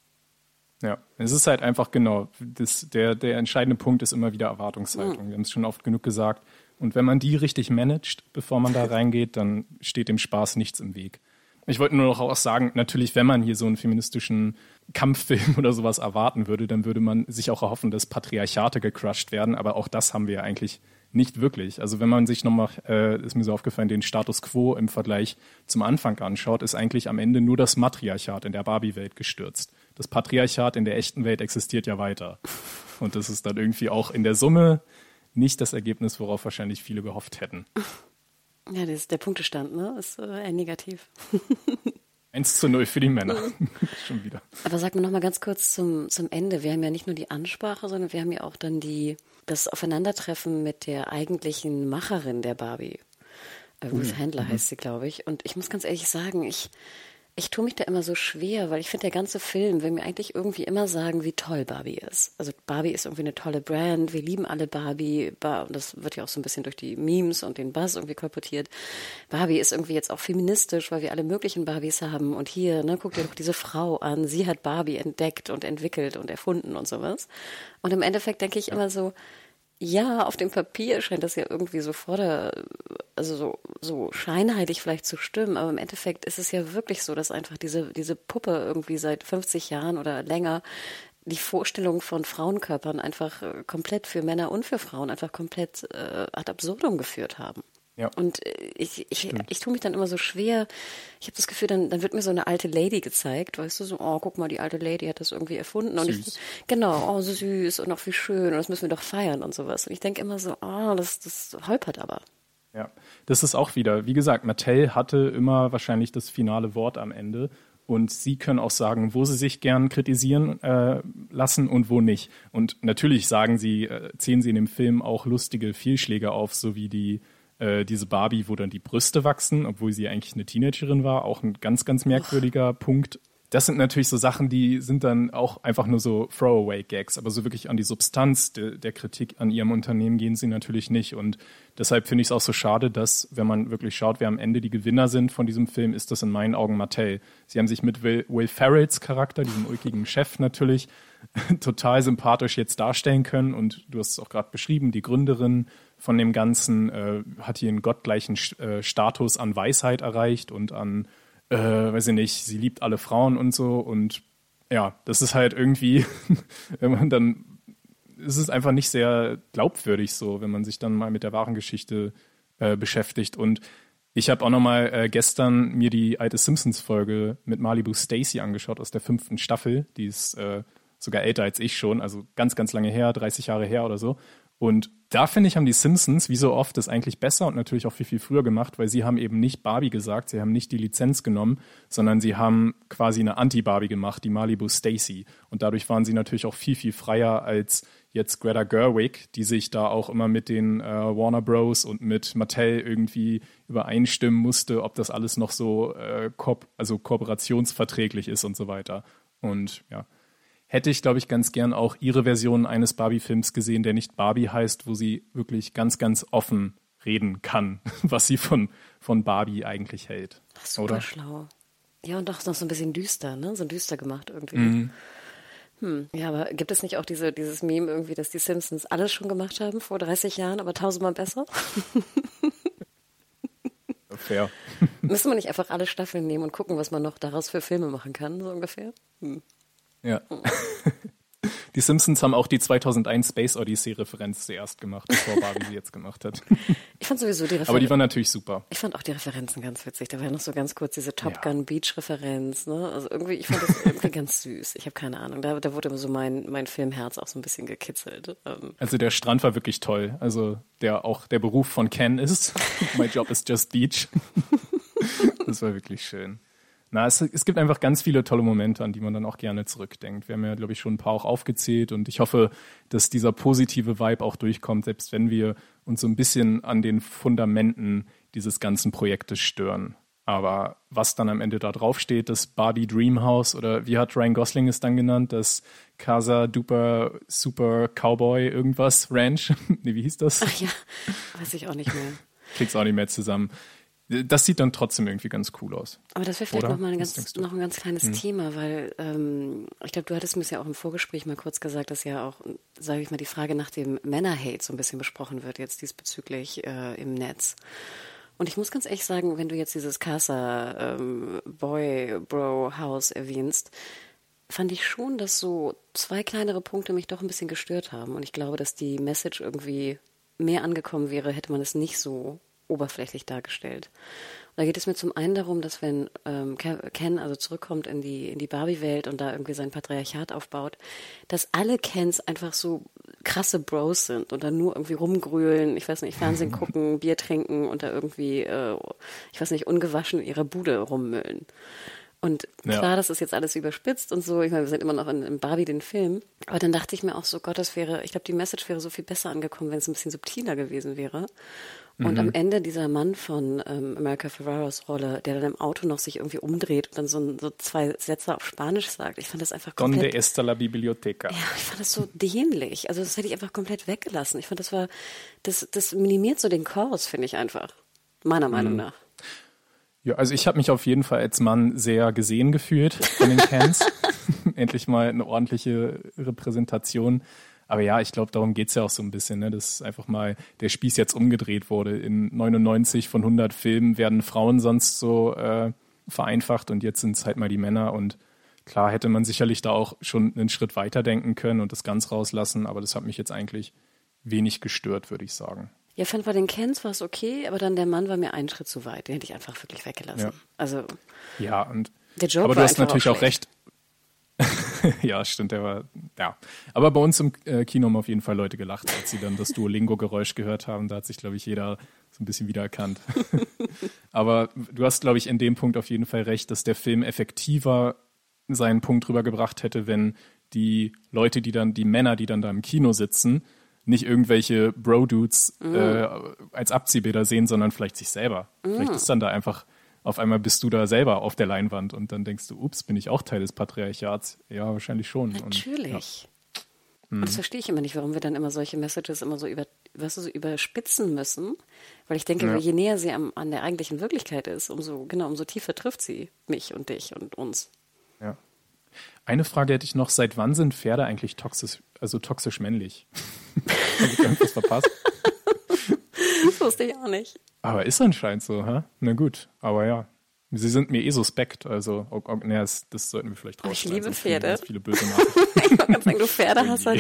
Ja, es ist halt einfach genau, das, der, der entscheidende Punkt ist immer wieder Erwartungshaltung. Mhm. Wir haben es schon oft genug gesagt. Und wenn man die richtig managt, bevor man da reingeht, dann steht dem Spaß nichts im Weg. Ich wollte nur noch auch sagen, natürlich, wenn man hier so einen feministischen Kampffilm oder sowas erwarten würde, dann würde man sich auch erhoffen, dass Patriarchate gecrushed werden. Aber auch das haben wir ja eigentlich nicht wirklich. Also wenn man sich nochmal, äh, ist mir so aufgefallen, den Status quo im Vergleich zum Anfang anschaut, ist eigentlich am Ende nur das Matriarchat in der Barbie-Welt gestürzt. Das Patriarchat in der echten Welt existiert ja weiter. Und das ist dann irgendwie auch in der Summe nicht das Ergebnis, worauf wahrscheinlich viele gehofft hätten. Ja, das ist der Punktestand, ne? Ist äh, eher negativ. eins zu null für die Männer. Schon wieder. Aber sag mir noch mal ganz kurz zum, zum Ende. Wir haben ja nicht nur die Ansprache, sondern wir haben ja auch dann die, das Aufeinandertreffen mit der eigentlichen Macherin der Barbie. Äh, Ruth mhm. Handler heißt sie, glaube ich. Und ich muss ganz ehrlich sagen, ich, ich tue mich da immer so schwer, weil ich finde, der ganze Film will mir eigentlich irgendwie immer sagen, wie toll Barbie ist. Also Barbie ist irgendwie eine tolle Brand, wir lieben alle Barbie. Und das wird ja auch so ein bisschen durch die Memes und den Buzz irgendwie kolportiert. Barbie ist irgendwie jetzt auch feministisch, weil wir alle möglichen Barbies haben. Und hier, ne, guck dir doch diese Frau an. Sie hat Barbie entdeckt und entwickelt und erfunden und sowas. Und im Endeffekt denke ich ja. immer so, ja, auf dem Papier scheint das ja irgendwie so vorder, also so, so scheinheilig vielleicht zu stimmen, aber im Endeffekt ist es ja wirklich so, dass einfach diese, diese Puppe irgendwie seit fünfzig Jahren oder länger die Vorstellung von Frauenkörpern einfach komplett für Männer und für Frauen einfach komplett äh, ad absurdum geführt haben. Ja. Und ich, ich, ich, ich tue mich dann immer so schwer, ich habe das Gefühl, dann, dann wird mir so eine alte Lady gezeigt, weißt du, so, oh, guck mal, die alte Lady hat das irgendwie erfunden. Und süß. ich, genau, oh, so süß und auch wie schön und das müssen wir doch feiern und sowas. Und ich denke immer so, oh, das, das holpert aber. Ja, das ist auch wieder, wie gesagt, Mattel hatte immer wahrscheinlich das finale Wort am Ende. Und sie können auch sagen, wo sie sich gern kritisieren äh, lassen und wo nicht. Und natürlich sagen sie, äh, zählen sie in dem Film auch lustige Fehlschläge auf, so wie die diese Barbie, wo dann die Brüste wachsen, obwohl sie eigentlich eine Teenagerin war, auch ein ganz, ganz merkwürdiger Ach. Punkt. Das sind natürlich so Sachen, die sind dann auch einfach nur so Throwaway-Gags, aber so wirklich an die Substanz de, der Kritik an ihrem Unternehmen gehen sie natürlich nicht. Und deshalb finde ich es auch so schade, dass, wenn man wirklich schaut, wer am Ende die Gewinner sind von diesem Film, ist das in meinen Augen Mattel. Sie haben sich mit Will, Will Ferrells Charakter, diesem ulkigen Chef natürlich, total sympathisch jetzt darstellen können. Und du hast es auch gerade beschrieben, die Gründerin von dem Ganzen äh, hat hier einen gottgleichen äh, Status an Weisheit erreicht und an, äh, weiß ich nicht, sie liebt alle Frauen und so. Und ja, das ist halt irgendwie, wenn man dann, es ist einfach nicht sehr glaubwürdig so, wenn man sich dann mal mit der wahren Geschichte äh, beschäftigt. Und ich habe auch noch mal äh, gestern mir die alte Simpsons-Folge mit Malibu Stacy angeschaut aus der fünften Staffel. Die ist äh, sogar älter als ich schon, also ganz, ganz lange her, dreißig Jahre her oder so. Und da, finde ich, haben die Simpsons, wie so oft, das eigentlich besser und natürlich auch viel, viel früher gemacht, weil sie haben eben nicht Barbie gesagt, sie haben nicht die Lizenz genommen, sondern sie haben quasi eine Anti-Barbie gemacht, die Malibu Stacy. Und dadurch waren sie natürlich auch viel, viel freier als jetzt Greta Gerwig, die sich da auch immer mit den äh, Warner Bros. Und mit Mattel irgendwie übereinstimmen musste, ob das alles noch so äh, ko- also kooperationsverträglich ist und so weiter. Und ja, hätte ich, glaube ich, ganz gern auch ihre Version eines Barbie-Films gesehen, der nicht Barbie heißt, wo sie wirklich ganz, ganz offen reden kann, was sie von, von Barbie eigentlich hält. Ach, super oder? Schlau. Ja, und auch noch so ein bisschen düster, ne? So düster gemacht irgendwie. Mhm. Hm. Ja, aber gibt es nicht auch diese, dieses Meme irgendwie, dass die Simpsons alles schon gemacht haben vor dreißig Jahren, aber tausendmal besser? Fair. Müssen wir nicht einfach alle Staffeln nehmen und gucken, was man noch daraus für Filme machen kann, so ungefähr? Hm. Ja. Die Simpsons haben auch die zweitausendeins Space Odyssey-Referenz zuerst gemacht, bevor Barbie sie jetzt gemacht hat. Ich fand sowieso die Referenzen. Aber die waren natürlich super. Ich fand auch die Referenzen ganz witzig. Da war ja noch so ganz kurz diese Top Gun ja. Beach-Referenz. Ne? Also irgendwie, ich fand das irgendwie ganz süß. Ich habe keine Ahnung. Da, da wurde so mein, mein Filmherz auch so ein bisschen gekitzelt. Ähm. Also der Strand war wirklich toll. Also der auch der Beruf von Ken ist. My job is just beach. Das war wirklich schön. Na, es, es gibt einfach ganz viele tolle Momente, an die man dann auch gerne zurückdenkt. Wir haben ja, glaube ich, schon ein paar auch aufgezählt und ich hoffe, dass dieser positive Vibe auch durchkommt, selbst wenn wir uns so ein bisschen an den Fundamenten dieses ganzen Projektes stören. Aber was dann am Ende da draufsteht, das Barbie Dreamhouse oder wie hat Ryan Gosling es dann genannt, das Casa Duper Super Cowboy irgendwas Ranch? Nee, wie hieß das? Ach ja, weiß ich auch nicht mehr. Krieg's auch nicht mehr zusammen. Das sieht dann trotzdem irgendwie ganz cool aus. Aber das wäre vielleicht Oder? noch mal ein Was ganz, denkst du? noch ein ganz kleines Hm. Thema, weil ähm, ich glaube, du hattest mir es ja auch im Vorgespräch mal kurz gesagt, dass ja auch, sage ich mal, die Frage nach dem Männer-Hate so ein bisschen besprochen wird jetzt diesbezüglich äh, im Netz. Und ich muss ganz ehrlich sagen, wenn du jetzt dieses Casa ähm, Boy Bro House erwähnst, fand ich schon, dass so zwei kleinere Punkte mich doch ein bisschen gestört haben. Und ich glaube, dass die Message irgendwie mehr angekommen wäre, hätte man es nicht so oberflächlich dargestellt. Und da geht es mir zum einen darum, dass wenn ähm, Ken also zurückkommt in die in die Barbie-Welt und da irgendwie sein Patriarchat aufbaut, dass alle Kens einfach so krasse Bros sind und dann nur irgendwie rumgrühlen, ich weiß nicht, Fernsehen gucken, Bier trinken und da irgendwie, äh, ich weiß nicht, ungewaschen in ihrer Bude rummüllen. Und Ja. klar, das ist jetzt alles überspitzt und so. Ich meine, wir sind immer noch in, in Barbie, den Film. Aber dann dachte ich mir auch so, Gott, das wäre, ich glaube, die Message wäre so viel besser angekommen, wenn es ein bisschen subtiler gewesen wäre. Und Mhm. am Ende dieser Mann von ähm, America Ferreras Rolle, der dann im Auto noch sich irgendwie umdreht und dann so, so zwei Sätze auf Spanisch sagt. Ich fand das einfach Donde komplett... está la biblioteca? Ja, ich fand das so dämlich. Also das hätte ich einfach komplett weggelassen. Ich fand, das war, das, das minimiert so den Chorus, finde ich einfach. Meiner Meinung nach. Ja, also ich habe mich auf jeden Fall als Mann sehr gesehen gefühlt von den Cans. Endlich mal eine ordentliche Repräsentation. Aber ja, ich glaube, darum geht's ja auch so ein bisschen, ne? Dass einfach mal der Spieß jetzt umgedreht wurde. In neunundneunzig von hundert Filmen werden Frauen sonst so äh, vereinfacht und jetzt sind es halt mal die Männer. Und klar hätte man sicherlich da auch schon einen Schritt weiter denken können und das ganz rauslassen. Aber das hat mich jetzt eigentlich wenig gestört, würde ich sagen. Ja, fand bei den Kens war es okay, aber dann der Mann war mir einen Schritt zu weit. Den hätte ich einfach wirklich weggelassen. Ja. Also Ja, und der Joke aber du war hast einfach natürlich auch, schlecht. recht. Ja, stimmt, der war, ja. Aber bei uns im äh, Kino haben auf jeden Fall Leute gelacht, als sie dann das Duolingo-Geräusch gehört haben. Da hat sich, glaube ich, jeder so ein bisschen wiedererkannt. Aber du hast, glaube ich, in dem Punkt auf jeden Fall recht, dass der Film effektiver seinen Punkt rübergebracht hätte, wenn die Leute, die dann, die Männer, die dann da im Kino sitzen, nicht irgendwelche Bro-Dudes Mhm. äh, als Abziehbilder sehen, sondern vielleicht sich selber. Mhm. Vielleicht ist dann da einfach, auf einmal bist du da selber auf der Leinwand und dann denkst du, ups, bin ich auch Teil des Patriarchats? Ja, wahrscheinlich schon. Natürlich. Und, ja. Und das verstehe ich immer nicht, warum wir dann immer solche Messages immer so über, weißt du, so überspitzen müssen. Weil ich denke, Ja. je näher sie am, an der eigentlichen Wirklichkeit ist, umso, genau, umso tiefer trifft sie mich und dich und uns. Ja. Eine Frage hätte ich noch, seit wann sind Pferde eigentlich toxisch, also toxisch männlich? Habe ich irgendwas verpasst? Das wusste ich auch nicht. Aber ist anscheinend so, hä? Na gut, aber ja. Sie sind mir eh suspekt, also oh, oh, ne, das, das sollten wir vielleicht Aber ich rausschneiden. liebe sonst kriegen wir Pferde. ganz viele böse Nachrichten. Ich wollte gerade sagen, du Pferdehasser.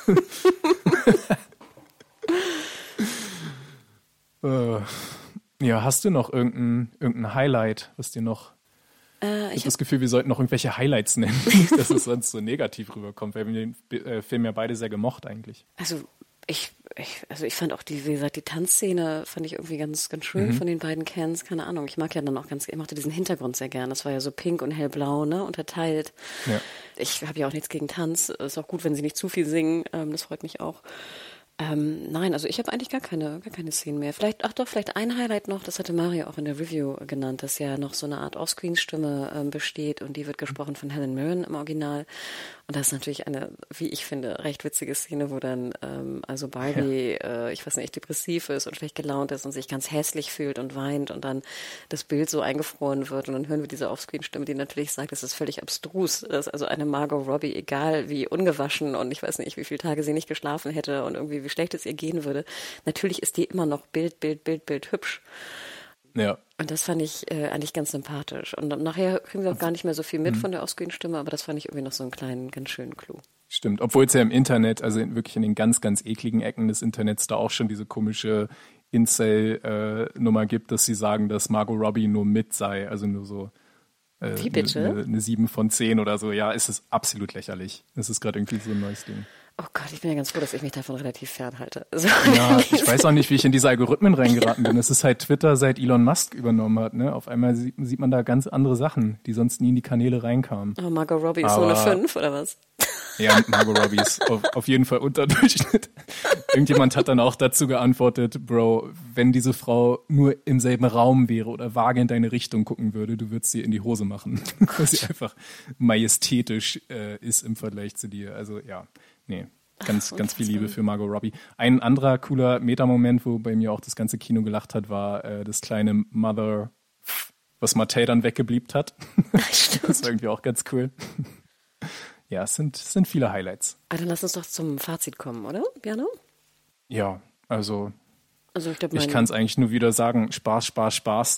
du. äh, ja, hast du noch irgendein, irgendein Highlight, was dir noch... Äh, Ich ich habe das Gefühl, wir sollten noch irgendwelche Highlights nennen, nicht, dass es sonst so negativ rüberkommt. Wir haben den äh, Film ja beide sehr gemocht eigentlich. Also ich, ich, also ich fand auch die, wie gesagt, die Tanzszene fand ich irgendwie ganz, ganz schön Mhm. von den beiden Cans. Keine Ahnung. Ich mag ja dann auch ganz, ich mochte diesen Hintergrund sehr gern. Das war ja so pink und hellblau, ne, unterteilt. Ja. Ich habe ja auch nichts gegen Tanz. Ist auch gut, wenn sie nicht zu viel singen. Ähm, das freut mich auch. Ähm, nein, also ich habe eigentlich gar keine, gar keine Szenen mehr. Vielleicht, ach doch, vielleicht ein Highlight noch, das hatte Mario auch in der Review genannt, dass ja noch so eine Art Offscreen-Stimme ähm, besteht und die wird gesprochen von Helen Mirren im Original. Und das ist natürlich eine, wie ich finde, recht witzige Szene, wo dann ähm, also Barbie, ja. äh, ich weiß nicht, depressiv ist und schlecht gelaunt ist und sich ganz hässlich fühlt und weint und dann das Bild so eingefroren wird und dann hören wir diese Offscreen-Stimme, die natürlich sagt, das ist völlig abstrus, dass also eine Margot Robbie, egal wie ungewaschen und ich weiß nicht, wie viele Tage sie nicht geschlafen hätte und irgendwie wie schlecht es ihr gehen würde, natürlich ist die immer noch Bild, Bild, Bild, Bild hübsch. Ja. Und das fand ich äh, eigentlich ganz sympathisch. Und dann nachher kriegen wir auch gar nicht mehr so viel mit mhm. von der Offscreen-Stimme, aber das fand ich irgendwie noch so einen kleinen, ganz schönen Clou. Stimmt, obwohl es ja im Internet, also in, wirklich in den ganz, ganz ekligen Ecken des Internets da auch schon diese komische Incel-Nummer äh, gibt, dass sie sagen, dass Margot Robbie nur mit sei, also nur so äh, Wie bitte? Eine, eine sieben von zehn oder so. Ja, es ist absolut lächerlich. Es ist gerade irgendwie so ein neues Ding. Oh Gott, ich bin ja ganz froh, dass ich mich davon relativ fernhalte. Also, ja, ich weiß auch nicht, wie ich in diese Algorithmen reingeraten bin. Es ist halt Twitter, seit Elon Musk übernommen hat. Ne? Auf einmal sieht, sieht man da ganz andere Sachen, die sonst nie in die Kanäle reinkamen. Oh, Margot Robbie ist so eine fünf, oder was? Ja, Margot Robbie ist auf, auf jeden Fall unter Durchschnitt. Irgendjemand hat dann auch dazu geantwortet, Bro, wenn diese Frau nur im selben Raum wäre oder vage in deine Richtung gucken würde, du würdest sie in die Hose machen. Weil sie einfach majestätisch äh, ist im Vergleich zu dir. Also ja, nee. Ganz, Ach, ganz viel Liebe für Margot Robbie. Ein anderer cooler Meta-Moment, wo bei mir auch das ganze Kino gelacht hat, war äh, das kleine Mother, was Mattel dann weggebliebt hat. Stimmt. Das war irgendwie auch ganz cool. Ja, es sind, es sind viele Highlights. Aber dann lass uns doch zum Fazit kommen, oder, Bjarne? Ja, also, also ich, glaub, ich kann es eigentlich nur wieder sagen, Spaß, Spaß, Spaß.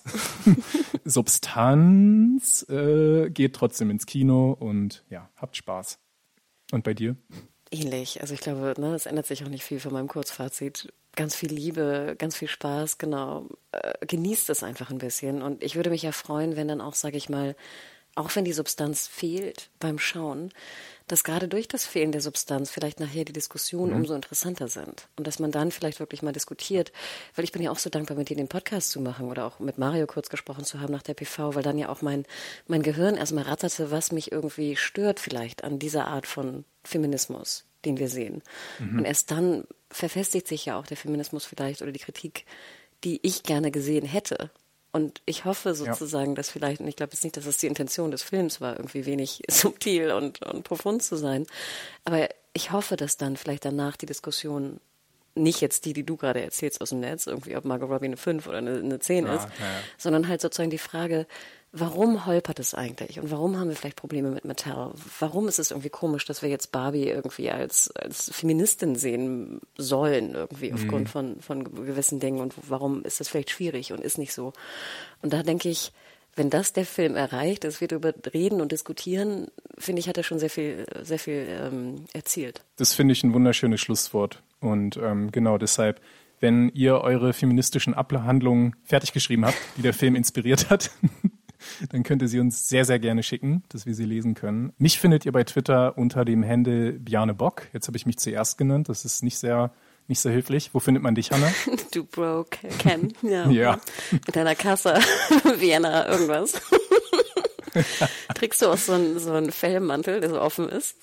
Substanz äh, geht trotzdem ins Kino und ja, habt Spaß. Und bei dir? Ähnlich. Also ich glaube, ne, es ändert sich auch nicht viel von meinem Kurzfazit. Ganz viel Liebe, ganz viel Spaß, genau. Äh, genießt es einfach ein bisschen. Und ich würde mich ja freuen, wenn dann auch, sage ich mal, auch wenn die Substanz fehlt beim Schauen, dass gerade durch das Fehlen der Substanz vielleicht nachher die Diskussionen mhm. umso interessanter sind. Und dass man dann vielleicht wirklich mal diskutiert. Weil ich bin ja auch so dankbar, mit dir den Podcast zu machen oder auch mit Mario kurz gesprochen zu haben nach der P V, weil dann ja auch mein, mein Gehirn erstmal ratterte, was mich irgendwie stört vielleicht an dieser Art von Feminismus, den wir sehen. Mhm. Und erst dann verfestigt sich ja auch der Feminismus vielleicht oder die Kritik, die ich gerne gesehen hätte. Und ich hoffe sozusagen, ja. dass vielleicht, und ich glaube jetzt nicht, dass das die Intention des Films war, irgendwie wenig subtil und, und profund zu sein, aber ich hoffe, dass dann vielleicht danach die Diskussion, nicht jetzt die, die du gerade erzählst aus dem Netz, irgendwie ob Margot Robbie eine fünf oder eine, eine zehn ja, ist, ja, ja. sondern halt sozusagen die Frage, warum holpert es eigentlich und warum haben wir vielleicht Probleme mit Mattel? Warum ist es irgendwie komisch, dass wir jetzt Barbie irgendwie als, als Feministin sehen sollen irgendwie mhm. aufgrund von, von gewissen Dingen und warum ist das vielleicht schwierig und ist nicht so? Und da denke ich, wenn das der Film erreicht, dass wir darüber reden und diskutieren, finde ich, hat er schon sehr viel, sehr viel ähm, erzielt. Das finde ich ein wunderschönes Schlusswort und ähm, genau deshalb, wenn ihr eure feministischen Abhandlungen fertig geschrieben habt, die der Film inspiriert hat, dann könnt ihr sie uns sehr, sehr gerne schicken, dass wir sie lesen können. Mich findet ihr bei Twitter unter dem Handle Bjarne Bock. Jetzt habe ich mich zuerst genannt. Das ist nicht sehr, nicht sehr hilflich. Wo findet man dich, Hannah? Du broke Ken. Ja. ja. Mit deiner Kasse Vienna irgendwas. Trägst du auch so einen, so einen Fellmantel, der so offen ist?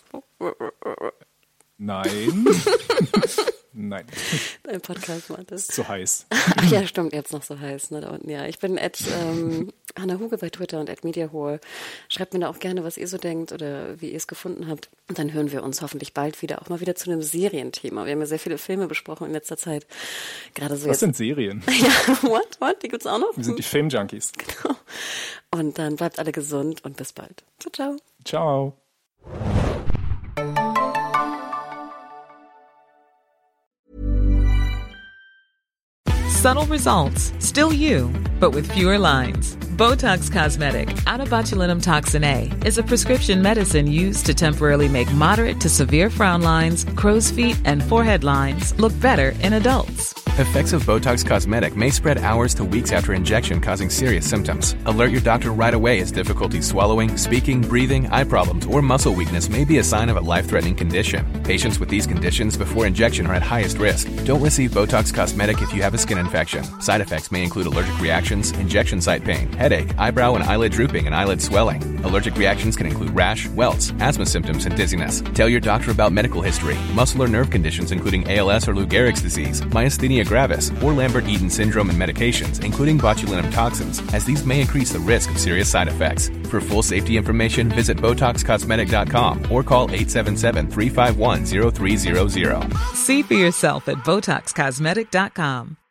Nein. Nein. Dein Podcast-Mantel. Ist zu heiß. Ach ja, stimmt, jetzt noch so heiß, ne, da unten. Ja, ich bin at ähm, Hannah Huge bei Twitter und at Mediahole. Schreibt mir da auch gerne, was ihr so denkt oder wie ihr es gefunden habt. Und dann hören wir uns hoffentlich bald wieder, auch mal wieder zu einem Serienthema. Wir haben ja sehr viele Filme besprochen in letzter Zeit. Gerade so was jetzt. sind Serien? Ja, what, what? Die gibt's auch noch? Wir sind die Film-Junkies. Genau. Und dann bleibt alle gesund und bis bald. Ciao, ciao. Ciao. Subtle results, still you, but with fewer lines. Botox Cosmetic, out of botulinum toxin A, is a prescription medicine used to temporarily make moderate to severe frown lines, crow's feet, and forehead lines look better in adults. Effects of Botox Cosmetic may spread hours to weeks after injection, causing serious symptoms. Alert your doctor right away as difficulty swallowing, speaking, breathing, eye problems, or muscle weakness may be a sign of a life-threatening condition. Patients with these conditions before injection are at highest risk. Don't receive Botox Cosmetic if you have a skin infection. Side effects may include allergic reactions, injection site pain, headache, eyebrow and eyelid drooping, and eyelid swelling. Allergic reactions can include rash, welts, asthma symptoms, and dizziness. Tell your doctor about medical history, muscle or nerve conditions including A L S or Lou Gehrig's disease, myasthenia gravis, or Lambert-Eaton syndrome, and medications, including botulinum toxins, as these may increase the risk of serious side effects. For full safety information, visit Botox Cosmetic dot com or call eight seven seven, three five one, zero three zero zero. See for yourself at Botox Cosmetic dot com.